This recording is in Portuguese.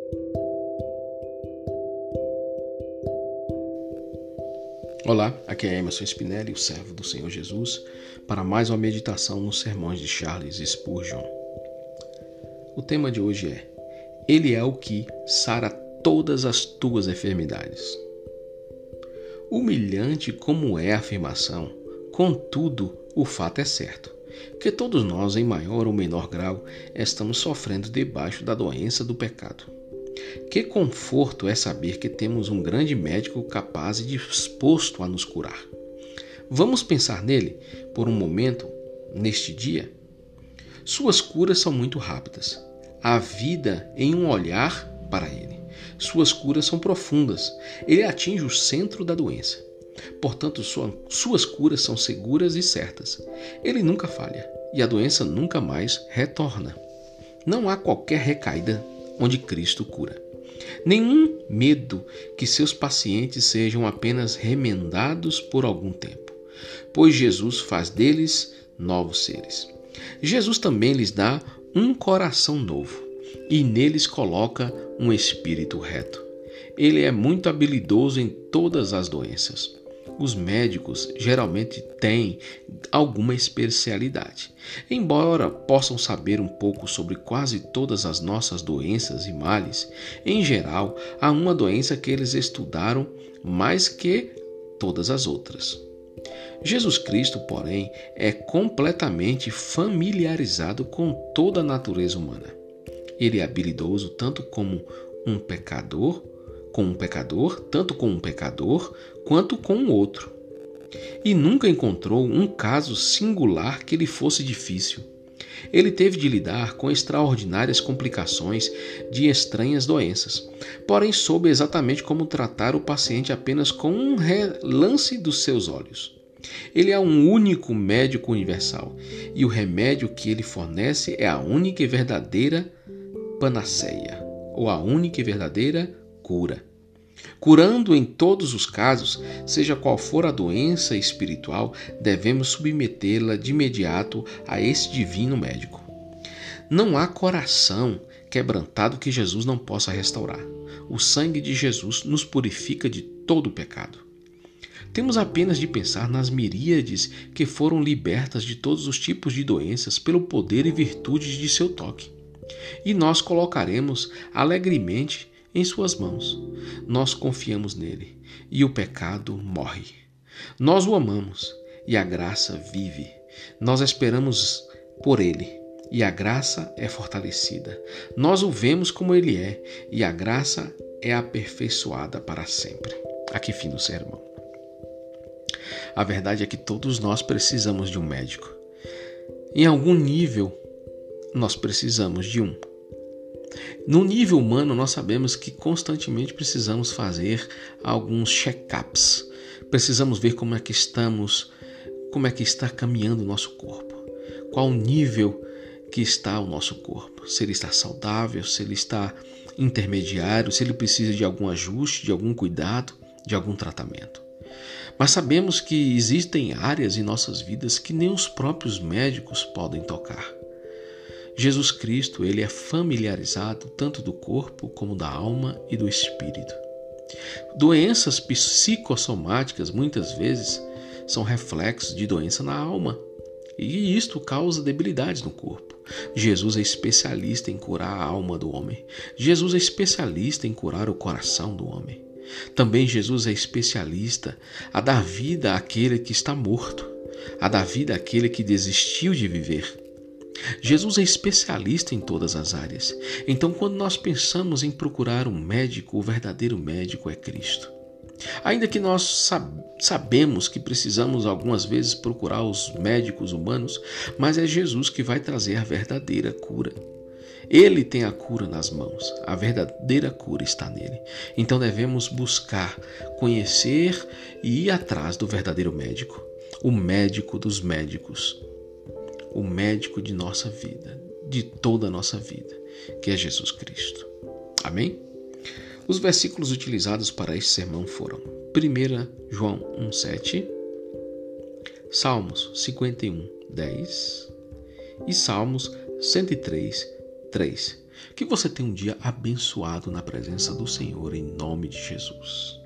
Olá, aqui é Emerson Spinelli, o servo do Senhor Jesus, para mais uma meditação nos sermões de Charles Spurgeon. O tema de hoje é: Ele é o que sara todas as tuas enfermidades. Humilhante como é a afirmação, contudo, o fato é certo, que todos nós, em maior ou menor grau, estamos sofrendo debaixo da doença do pecado. Que conforto é saber que temos um grande médico capaz e disposto a nos curar. Vamos pensar nele por um momento, neste dia? Suas curas são muito rápidas. Há vida em um olhar para ele. Suas curas são profundas. Ele atinge o centro da doença. Portanto, suas curas são seguras e certas. Ele nunca falha e a doença nunca mais retorna. Não há qualquer recaída onde Cristo cura. Nenhum medo que seus pacientes sejam apenas remendados por algum tempo, pois Jesus faz deles novos seres. Jesus também lhes dá um coração novo e neles coloca um espírito reto. Ele é muito habilidoso em todas as doenças. Os médicos geralmente têm alguma especialidade. Embora possam saber um pouco sobre quase todas as nossas doenças e males, em geral, há uma doença que eles estudaram mais que todas as outras. Jesus Cristo, porém, é completamente familiarizado com toda a natureza humana. Ele é habilidoso tanto como um pecador, tanto com um pecador quanto com o outro. E nunca encontrou um caso singular que lhe fosse difícil. Ele teve de lidar com extraordinárias complicações de estranhas doenças, porém soube exatamente como tratar o paciente apenas com um relance dos seus olhos. Ele é um único médico universal, e o remédio que ele fornece é a única e verdadeira panaceia, ou a única e verdadeira cura. Curando em todos os casos, seja qual for a doença espiritual, devemos submetê-la de imediato a esse divino médico. Não há coração quebrantado que Jesus não possa restaurar. O sangue de Jesus nos purifica de todo o pecado. Temos apenas de pensar nas miríades que foram libertas de todos os tipos de doenças pelo poder e virtude de seu toque. E nós colocaremos alegremente em suas mãos. Nós confiamos nele e o pecado morre. Nós o amamos e a graça vive. Nós esperamos por ele e a graça é fortalecida. Nós o vemos como ele é e a graça é aperfeiçoada para sempre. Aqui fim do sermão. A verdade é que todos nós precisamos de um médico. Em algum nível, nós precisamos de um. No nível humano, nós sabemos que constantemente precisamos fazer alguns check-ups. Precisamos ver como é que estamos, como é que está caminhando o nosso corpo. Qual o nível que está o nosso corpo. Se ele está saudável, se ele está intermediário, se ele precisa de algum ajuste, de algum cuidado, de algum tratamento. Mas sabemos que existem áreas em nossas vidas que nem os próprios médicos podem tocar. Jesus Cristo, ele é familiarizado tanto do corpo como da alma e do espírito. Doenças psicossomáticas muitas vezes são reflexos de doença na alma, e isto causa debilidades no corpo. Jesus é especialista em curar a alma do homem. Jesus é especialista em curar o coração do homem. Também Jesus é especialista a dar vida àquele que está morto, a dar vida àquele que desistiu de viver. Jesus é especialista em todas as áreas. Então, quando nós pensamos em procurar um médico, o verdadeiro médico é Cristo. Ainda que nós sabemos que precisamos algumas vezes procurar os médicos humanos, mas é Jesus que vai trazer a verdadeira cura. Ele tem a cura nas mãos, a verdadeira cura está nele. Então devemos buscar, conhecer e ir atrás do verdadeiro médico, o médico dos médicos, o médico de nossa vida, de toda a nossa vida, que é Jesus Cristo. Amém? Os versículos utilizados para este sermão foram 1 João 1,7, Salmos 51, 10 e Salmos 103, 3. Que você tenha um dia abençoado na presença do Senhor, em nome de Jesus.